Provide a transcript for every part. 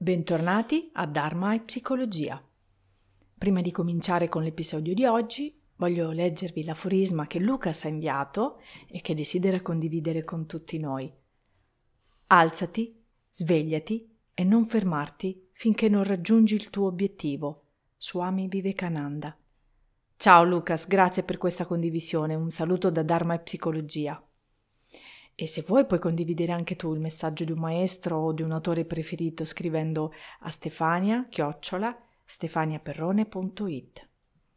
Bentornati a Dharma e Psicologia. Prima di cominciare con l'episodio di oggi, voglio leggervi l'aforisma che Lucas ha inviato e che desidera condividere con tutti noi. Alzati, svegliati e non fermarti finché non raggiungi il tuo obiettivo. Swami Vivekananda. Ciao Lucas, grazie per questa condivisione. Un saluto da Dharma e Psicologia. E se vuoi puoi condividere anche tu il messaggio di un maestro o di un autore preferito scrivendo a stefaniaperrone.it.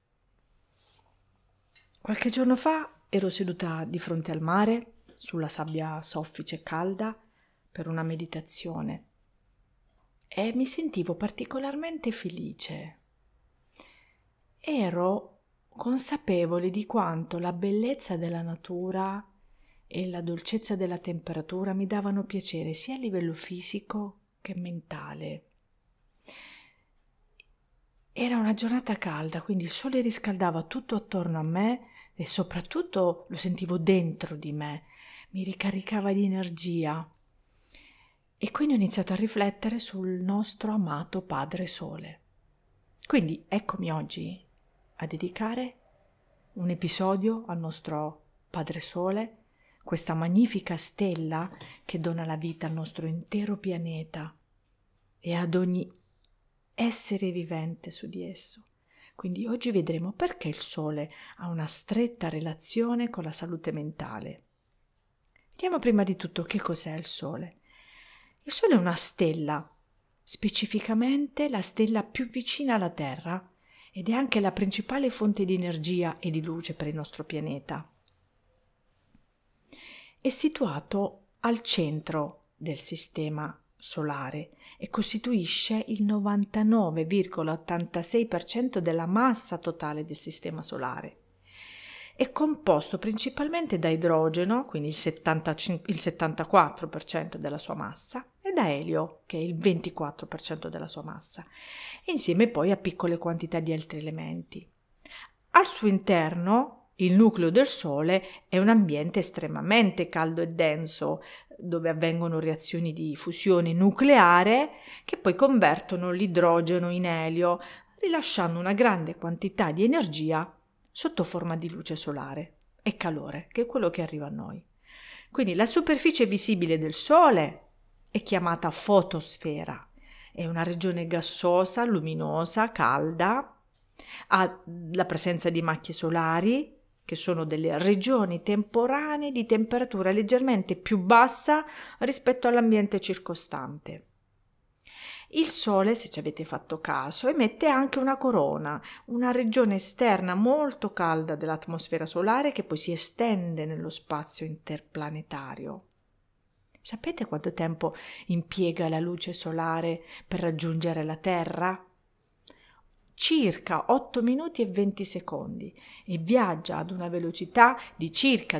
Qualche giorno fa ero seduta di fronte al mare, sulla sabbia soffice e calda, per una meditazione e mi sentivo particolarmente felice. Ero consapevole di quanto la bellezza della natura e la dolcezza della temperatura mi davano piacere sia a livello fisico che mentale. Era una giornata calda, quindi il sole riscaldava tutto attorno a me e soprattutto lo sentivo dentro di me, mi ricaricava di energia. E quindi ho iniziato a riflettere sul nostro amato Padre Sole. Quindi eccomi oggi a dedicare un episodio al nostro Padre Sole, questa magnifica stella che dona la vita al nostro intero pianeta e ad ogni essere vivente su di esso. Quindi oggi vedremo perché il Sole ha una stretta relazione con la salute mentale. Vediamo prima di tutto che cos'è il Sole. Il Sole è una stella, specificamente la stella più vicina alla Terra ed è anche la principale fonte di energia e di luce per il nostro pianeta. È situato al centro del sistema solare e costituisce il 99,86% della massa totale del sistema solare. È composto principalmente da idrogeno, quindi il 74% della sua massa, e da elio, che è il 24% della sua massa, e insieme poi a piccole quantità di altri elementi. Al suo interno il nucleo del Sole è un ambiente estremamente caldo e denso, dove avvengono reazioni di fusione nucleare che poi convertono l'idrogeno in elio, rilasciando una grande quantità di energia sotto forma di luce solare e calore, che è quello che arriva a noi. Quindi la superficie visibile del Sole è chiamata fotosfera, è una regione gassosa, luminosa, calda, ha la presenza di macchie solari, che sono delle regioni temporanee di temperatura leggermente più bassa rispetto all'ambiente circostante. Il Sole, se ci avete fatto caso, emette anche una corona, una regione esterna molto calda dell'atmosfera solare che poi si estende nello spazio interplanetario. Sapete quanto tempo impiega la luce solare per raggiungere la Terra? Circa 8 minuti e 20 secondi e viaggia ad una velocità di circa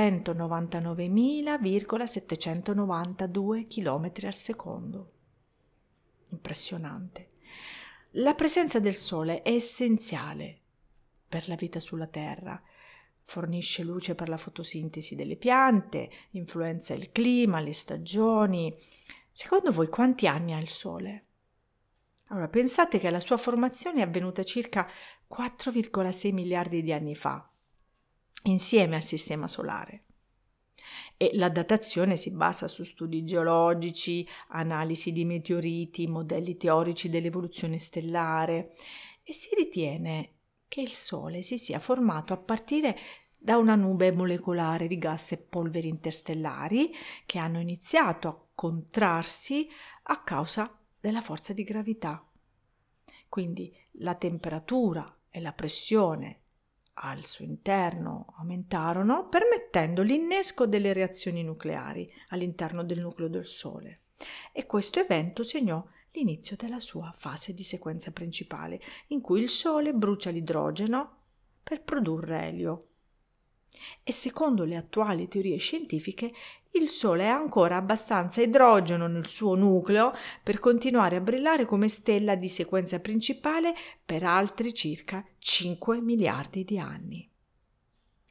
299.792 km al secondo. Impressionante. La presenza del Sole è essenziale per la vita sulla Terra. Fornisce luce per la fotosintesi delle piante, influenza il clima, le stagioni. Secondo voi quanti anni ha il Sole? Allora, pensate che la sua formazione è avvenuta circa 4,6 miliardi di anni fa, insieme al Sistema Solare. E la datazione si basa su studi geologici, analisi di meteoriti, modelli teorici dell'evoluzione stellare e si ritiene che il Sole si sia formato a partire da una nube molecolare di gas e polveri interstellari che hanno iniziato a contrarsi a causa della forza di gravità. Quindi la temperatura e la pressione al suo interno aumentarono, permettendo l'innesco delle reazioni nucleari all'interno del nucleo del Sole. E questo evento segnò l'inizio della sua fase di sequenza principale, in cui il Sole brucia l'idrogeno per produrre elio. E secondo le attuali teorie scientifiche, il Sole ha ancora abbastanza idrogeno nel suo nucleo per continuare a brillare come stella di sequenza principale per altri circa 5 miliardi di anni.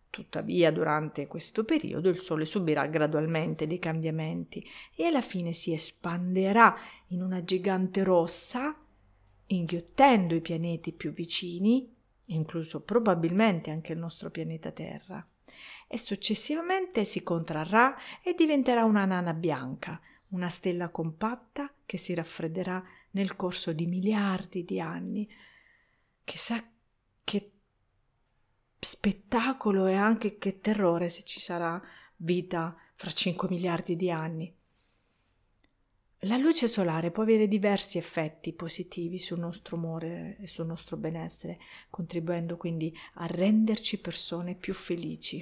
Tuttavia, durante questo periodo il Sole subirà gradualmente dei cambiamenti e alla fine si espanderà in una gigante rossa, inghiottendo i pianeti più vicini, incluso probabilmente anche il nostro pianeta Terra, e successivamente si contrarrà e diventerà una nana bianca, una stella compatta che si raffredderà nel corso di miliardi di anni. Chissà che spettacolo e anche che terrore se ci sarà vita fra 5 miliardi di anni. La luce solare può avere diversi effetti positivi sul nostro umore e sul nostro benessere, contribuendo quindi a renderci persone più felici.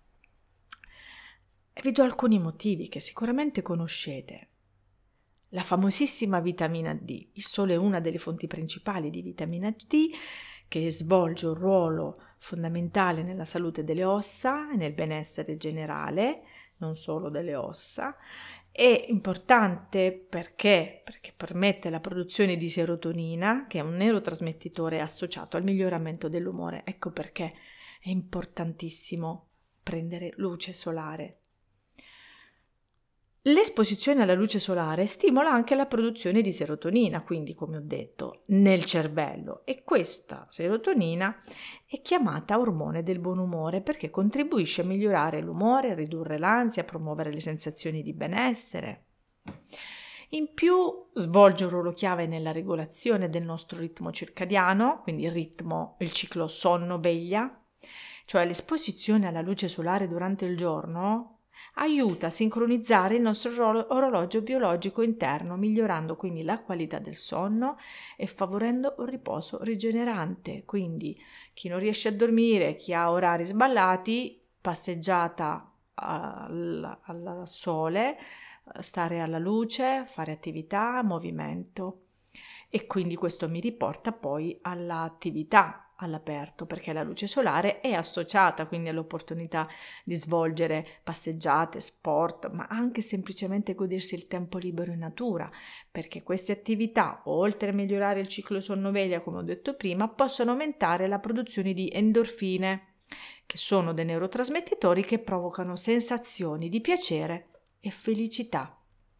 E vi do alcuni motivi che sicuramente conoscete. La famosissima vitamina D. Il Sole è una delle fonti principali di vitamina D, che svolge un ruolo fondamentale nella salute delle ossa e nel benessere generale, non solo delle ossa. È importante perché permette la produzione di serotonina, che è un neurotrasmettitore associato al miglioramento dell'umore. Ecco perché è importantissimo prendere luce solare. L'esposizione alla luce solare stimola anche la produzione di serotonina, quindi come ho detto, nel cervello, e questa serotonina è chiamata ormone del buon umore perché contribuisce a migliorare l'umore, a ridurre l'ansia, a promuovere le sensazioni di benessere. In più svolge un ruolo chiave nella regolazione del nostro ritmo circadiano, quindi il ciclo sonno-veglia, cioè l'esposizione alla luce solare durante il giorno aiuta a sincronizzare il nostro orologio biologico interno, migliorando quindi la qualità del sonno e favorendo un riposo rigenerante. Quindi chi non riesce a dormire, chi ha orari sballati, passeggiata al sole, stare alla luce, fare attività, movimento. E quindi questo mi riporta poi all'attività all'aperto, perché la luce solare è associata quindi all'opportunità di svolgere passeggiate, sport, ma anche semplicemente godersi il tempo libero in natura, perché queste attività, oltre a migliorare il ciclo sonno-veglia, come ho detto prima, possono aumentare la produzione di endorfine, che sono dei neurotrasmettitori che provocano sensazioni di piacere e felicità.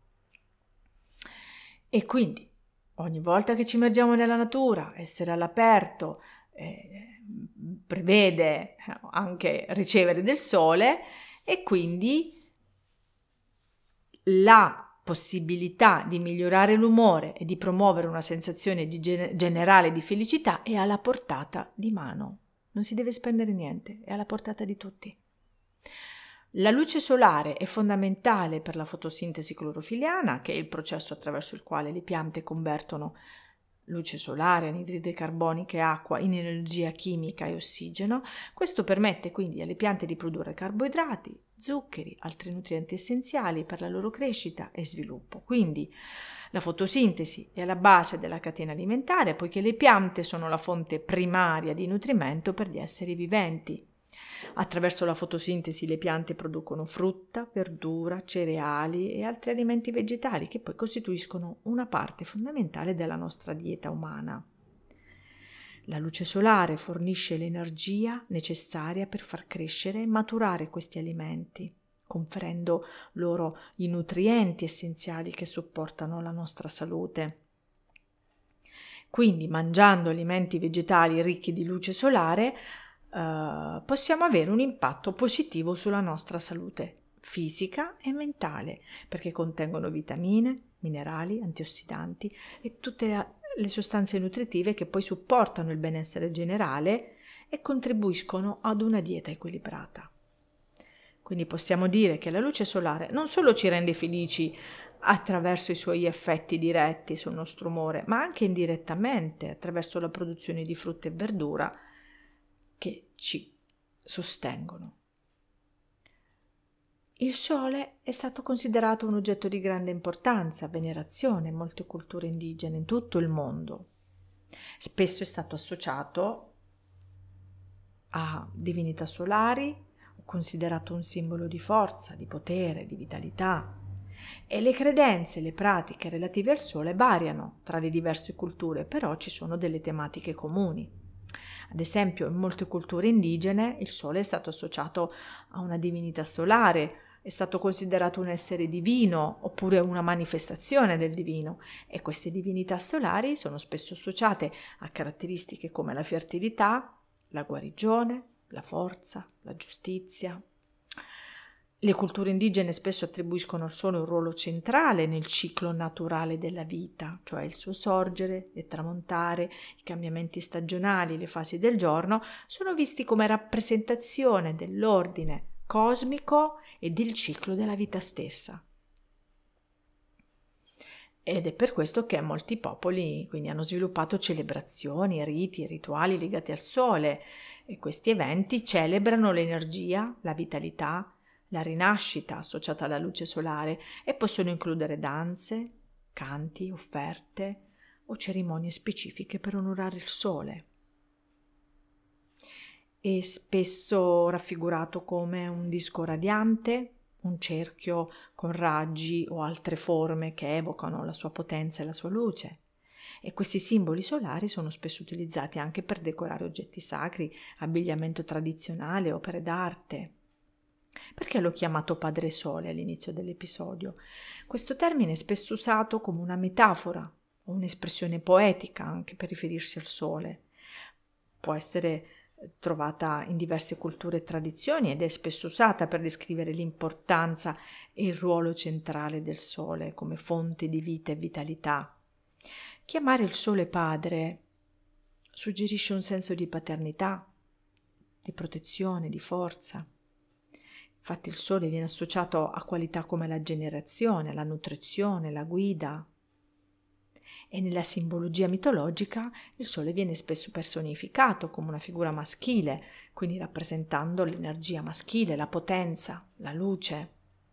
E quindi ogni volta che ci immergiamo nella natura, essere all'aperto, prevede anche ricevere del sole e quindi la possibilità di migliorare l'umore e di promuovere una sensazione generale di felicità è alla portata di mano. Non si deve spendere niente, è alla portata di tutti. La luce solare è fondamentale per la fotosintesi clorofiliana, che è il processo attraverso il quale le piante convertono luce solare, anidride carbonica e acqua in energia chimica e ossigeno. Questo permette quindi alle piante di produrre carboidrati, zuccheri, altri nutrienti essenziali per la loro crescita e sviluppo. Quindi la fotosintesi è alla base della catena alimentare, poiché le piante sono la fonte primaria di nutrimento per gli esseri viventi. Attraverso la fotosintesi le piante producono frutta, verdura, cereali e altri alimenti vegetali che poi costituiscono una parte fondamentale della nostra dieta umana. La luce solare fornisce l'energia necessaria per far crescere e maturare questi alimenti, conferendo loro i nutrienti essenziali che supportano la nostra salute. Quindi, mangiando alimenti vegetali ricchi di luce solare, possiamo avere un impatto positivo sulla nostra salute fisica e mentale, perché contengono vitamine, minerali, antiossidanti e tutte le sostanze nutritive che poi supportano il benessere generale e contribuiscono ad una dieta equilibrata. Quindi possiamo dire che la luce solare non solo ci rende felici attraverso i suoi effetti diretti sul nostro umore, ma anche indirettamente attraverso la produzione di frutta e verdura che ci sostengono. Il Sole è stato considerato un oggetto di grande importanza, venerazione in molte culture indigene in tutto il mondo. Spesso è stato associato a divinità solari, o considerato un simbolo di forza, di potere, di vitalità. E le credenze e le pratiche relative al Sole variano tra le diverse culture, però ci sono delle tematiche comuni. Ad esempio, in molte culture indigene il sole è stato associato a una divinità solare, è stato considerato un essere divino oppure una manifestazione del divino, e queste divinità solari sono spesso associate a caratteristiche come la fertilità, la guarigione, la forza, la giustizia. Le culture indigene spesso attribuiscono al sole un ruolo centrale nel ciclo naturale della vita, cioè il suo sorgere, il tramontare, i cambiamenti stagionali, le fasi del giorno sono visti come rappresentazione dell'ordine cosmico e del ciclo della vita stessa. Ed è per questo che molti popoli quindi hanno sviluppato celebrazioni, riti e rituali legati al sole, e questi eventi celebrano l'energia, la vitalità, la rinascita associata alla luce solare, e possono includere danze, canti, offerte o cerimonie specifiche per onorare il sole. È spesso raffigurato come un disco radiante, un cerchio con raggi o altre forme che evocano la sua potenza e la sua luce. E questi simboli solari sono spesso utilizzati anche per decorare oggetti sacri, abbigliamento tradizionale, opere d'arte. Perché l'ho chiamato Padre Sole all'inizio dell'episodio? Questo termine è spesso usato come una metafora o un'espressione poetica anche per riferirsi al sole. Può essere trovata in diverse culture e tradizioni ed è spesso usata per descrivere l'importanza e il ruolo centrale del sole come fonte di vita e vitalità. Chiamare il sole padre suggerisce un senso di paternità, di protezione, di forza. Infatti il sole viene associato a qualità come la generazione, la nutrizione, la guida. E nella simbologia mitologica il sole viene spesso personificato come una figura maschile, quindi rappresentando l'energia maschile, la potenza, la luce.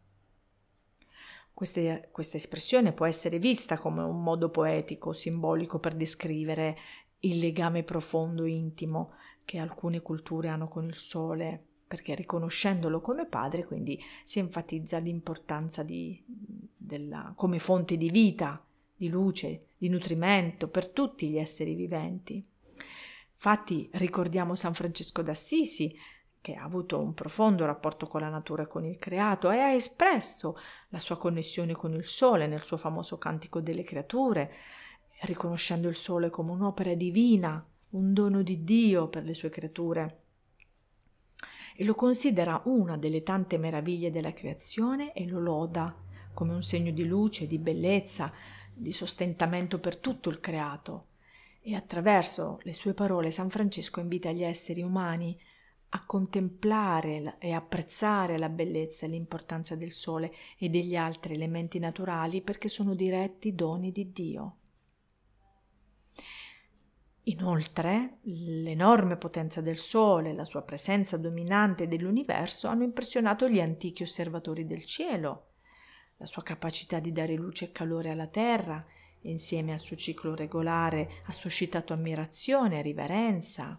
Questa espressione può essere vista come un modo poetico, simbolico per descrivere il legame profondo e intimo che alcune culture hanno con il sole, perché riconoscendolo come padre, quindi si enfatizza l'importanza come fonte di vita, di luce, di nutrimento per tutti gli esseri viventi. Infatti ricordiamo San Francesco d'Assisi, che ha avuto un profondo rapporto con la natura e con il creato e ha espresso la sua connessione con il sole nel suo famoso Cantico delle Creature, riconoscendo il sole come un'opera divina, un dono di Dio per le sue creature. E lo considera una delle tante meraviglie della creazione e lo loda come un segno di luce, di bellezza, di sostentamento per tutto il creato. E attraverso le sue parole San Francesco invita gli esseri umani a contemplare e apprezzare la bellezza e l'importanza del sole e degli altri elementi naturali perché sono diretti doni di Dio. Inoltre, l'enorme potenza del Sole e la sua presenza dominante dell'universo hanno impressionato gli antichi osservatori del cielo. La sua capacità di dare luce e calore alla Terra, insieme al suo ciclo regolare, ha suscitato ammirazione e riverenza.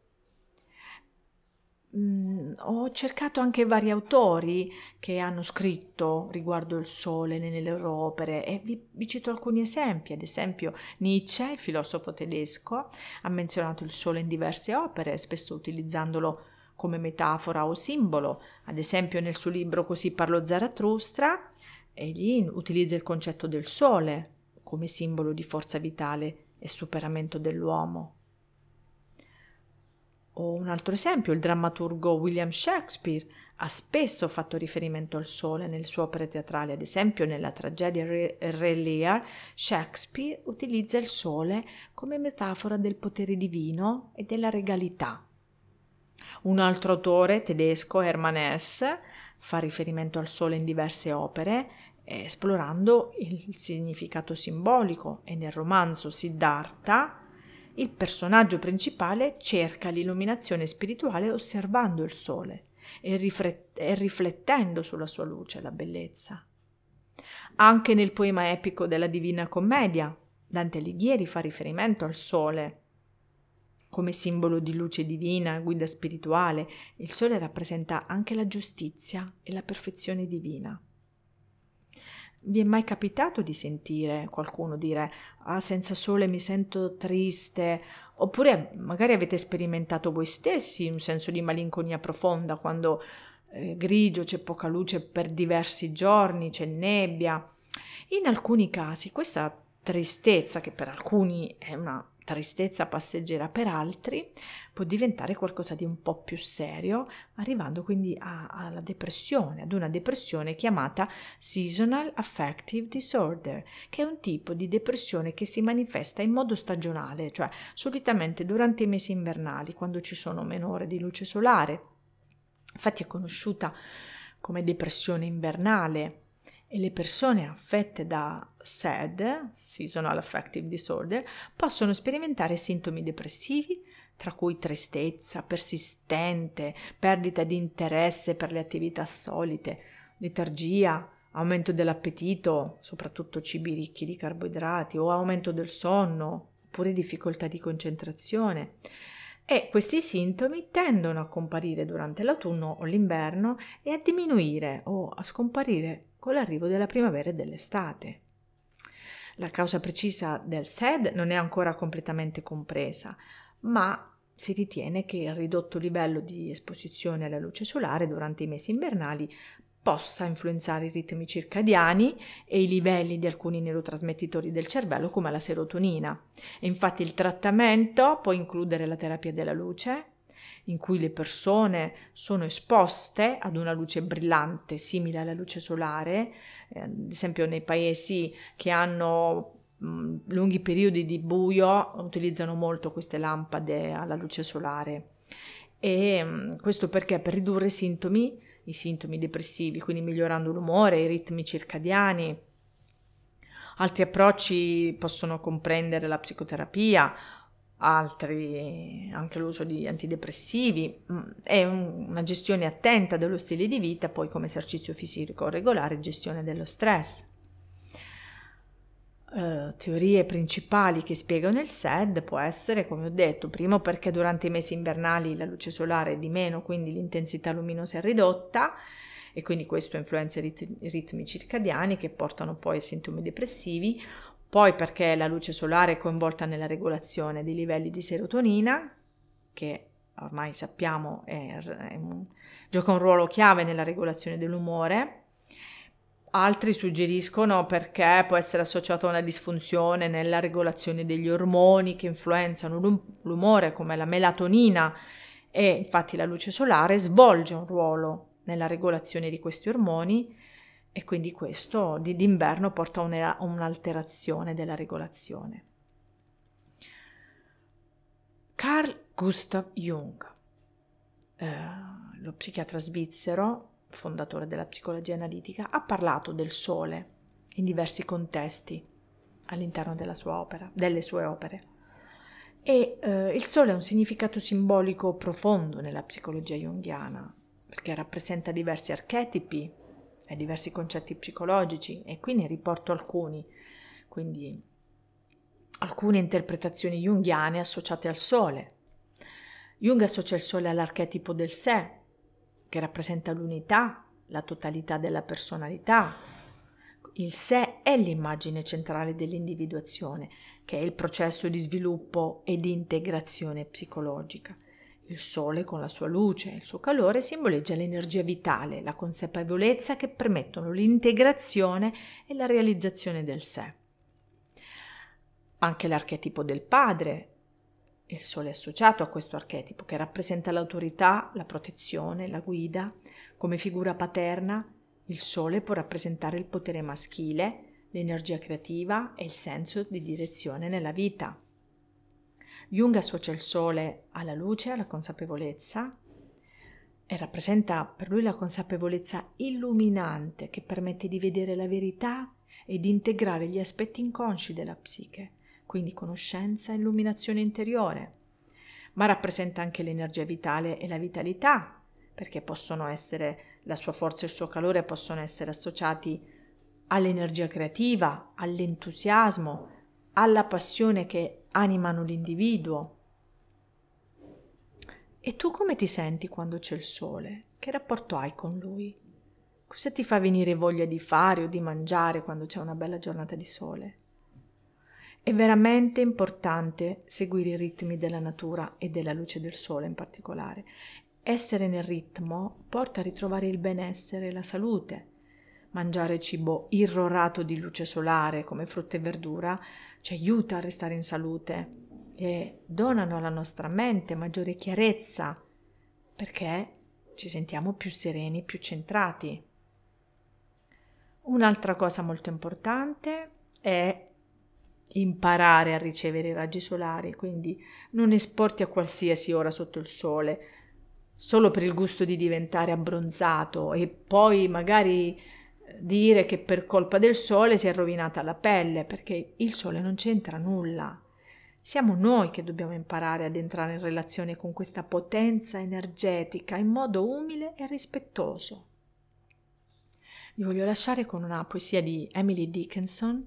Ho cercato anche vari autori che hanno scritto riguardo il sole nelle loro opere e vi cito alcuni esempi. Ad esempio Nietzsche, il filosofo tedesco, ha menzionato il sole in diverse opere, spesso utilizzandolo come metafora o simbolo. Ad esempio nel suo libro Così parlò Zarathustra, egli utilizza il concetto del sole come simbolo di forza vitale e superamento dell'uomo. O un altro esempio, il drammaturgo William Shakespeare ha spesso fatto riferimento al sole nelle sue opere teatrali. Ad esempio nella tragedia Re Lear, Shakespeare utilizza il sole come metafora del potere divino e della regalità. Un altro autore tedesco, Hermann Hesse, fa riferimento al sole in diverse opere, esplorando il significato simbolico, e nel romanzo Siddhartha il personaggio principale cerca l'illuminazione spirituale osservando il sole e riflettendo sulla sua luce e la bellezza. Anche nel poema epico della Divina Commedia, Dante Alighieri fa riferimento al sole come simbolo di luce divina, guida spirituale. Il sole rappresenta anche la giustizia e la perfezione divina. Vi è mai capitato di sentire qualcuno dire senza sole mi sento triste Oppure magari avete sperimentato voi stessi un senso di malinconia profonda quando è grigio, c'è poca luce per diversi giorni, c'è nebbia. In alcuni casi questa tristezza, che per alcuni è una tristezza passeggera, per altri può diventare qualcosa di un po' più serio, arrivando quindi alla depressione, ad una depressione chiamata Seasonal Affective Disorder, che è un tipo di depressione che si manifesta in modo stagionale, cioè solitamente durante i mesi invernali, quando ci sono meno ore di luce solare. Infatti è conosciuta come depressione invernale. E le persone affette da SAD, Seasonal Affective Disorder, possono sperimentare sintomi depressivi, tra cui tristezza persistente, perdita di interesse per le attività solite, letargia, aumento dell'appetito, soprattutto cibi ricchi di carboidrati, o aumento del sonno, oppure difficoltà di concentrazione. E questi sintomi tendono a comparire durante l'autunno o l'inverno e a diminuire o a scomparire con l'arrivo della primavera e dell'estate. La causa precisa del SAD non è ancora completamente compresa, ma si ritiene che il ridotto livello di esposizione alla luce solare durante i mesi invernali possa influenzare i ritmi circadiani e i livelli di alcuni neurotrasmettitori del cervello come la serotonina. E infatti il trattamento può includere la terapia della luce, in cui le persone sono esposte ad una luce brillante simile alla luce solare, ad esempio nei paesi che hanno lunghi periodi di buio utilizzano molto queste lampade alla luce solare, e questo perché per ridurre i sintomi depressivi, quindi migliorando l'umore, i ritmi circadiani. Altri approcci possono comprendere la psicoterapia, altri anche l'uso di antidepressivi e una gestione attenta dello stile di vita, poi come esercizio fisico regolare e gestione dello stress. Teorie principali che spiegano il SAD può essere, come ho detto, primo perché durante i mesi invernali la luce solare è di meno, quindi l'intensità luminosa è ridotta e quindi questo influenza i ritmi circadiani che portano poi a sintomi depressivi. Poi perché la luce solare è coinvolta nella regolazione dei livelli di serotonina, che ormai sappiamo gioca un ruolo chiave nella regolazione dell'umore. Altri suggeriscono perché può essere associato a una disfunzione nella regolazione degli ormoni che influenzano l'umore, come la melatonina, e infatti la luce solare svolge un ruolo nella regolazione di questi ormoni e quindi questo d'inverno porta a un'alterazione della regolazione. Carl Gustav Jung, lo psichiatra svizzero, fondatore della psicologia analitica, ha parlato del sole in diversi contesti all'interno delle sue opere. E il sole ha un significato simbolico profondo nella psicologia junghiana, perché rappresenta diversi archetipi e diversi concetti psicologici, e qui ne riporto alcuni, quindi alcune interpretazioni junghiane associate al sole. Jung associa il sole all'archetipo del sé, che rappresenta l'unità, la totalità della personalità. Il sé è l'immagine centrale dell'individuazione, che è il processo di sviluppo e di integrazione psicologica. Il sole, con la sua luce e il suo calore, simboleggia l'energia vitale, la consapevolezza che permettono l'integrazione e la realizzazione del sé. Anche l'archetipo del padre. Il sole è associato a questo archetipo che rappresenta l'autorità, la protezione, la guida. Come figura paterna, il sole può rappresentare il potere maschile, l'energia creativa e il senso di direzione nella vita. Jung associa il sole alla luce, alla consapevolezza e rappresenta per lui la consapevolezza illuminante che permette di vedere la verità e di integrare gli aspetti inconsci della psiche, quindi conoscenza e illuminazione interiore, ma rappresenta anche l'energia vitale e la vitalità, perché possono essere, la sua forza e il suo calore possono essere associati all'energia creativa, all'entusiasmo, alla passione che animano l'individuo. E tu come ti senti quando c'è il sole? Che rapporto hai con lui? Cosa ti fa venire voglia di fare o di mangiare quando c'è una bella giornata di sole? È veramente importante seguire i ritmi della natura e della luce del sole in particolare. Essere nel ritmo porta a ritrovare il benessere e la salute. Mangiare cibo irrorato di luce solare come frutta e verdura ci aiuta a restare in salute e donano alla nostra mente maggiore chiarezza perché ci sentiamo più sereni, più centrati. Un'altra cosa molto importante è imparare a ricevere i raggi solari, quindi non esporti a qualsiasi ora sotto il sole, solo per il gusto di diventare abbronzato e poi magari dire che per colpa del sole si è rovinata la pelle, perché il sole non c'entra nulla. Siamo noi che dobbiamo imparare ad entrare in relazione con questa potenza energetica in modo umile e rispettoso. Vi voglio lasciare con una poesia di Emily Dickinson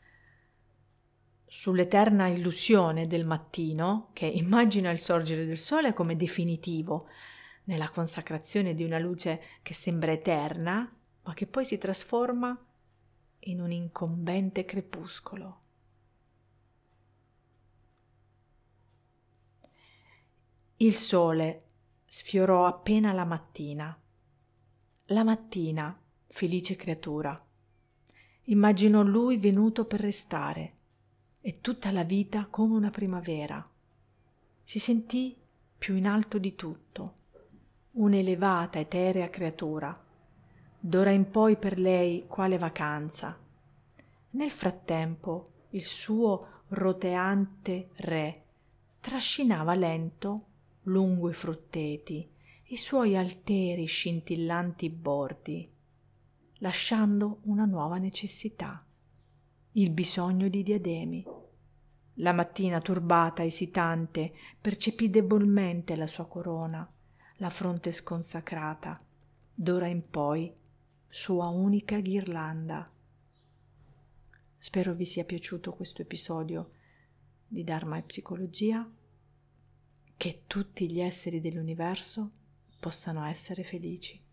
sull'eterna illusione del mattino, che immagina il sorgere del sole come definitivo, nella consacrazione di una luce che sembra eterna, ma che poi si trasforma in un incombente crepuscolo. Il sole sfiorò appena la mattina, felice creatura. Immaginò lui venuto per restare e tutta la vita come una primavera. Si sentì più in alto di tutto, un'elevata, eterea creatura. D'ora in poi per lei quale vacanza. Nel frattempo il suo roteante re trascinava lento lungo i frutteti i suoi alteri scintillanti bordi, lasciando una nuova necessità, il bisogno di diademi. La mattina turbata, esitante, percepì debolmente la sua corona, la fronte sconsacrata, d'ora in poi sua unica ghirlanda. Spero vi sia piaciuto questo episodio di Dharma e Psicologia, che tutti gli esseri dell'universo possano essere felici.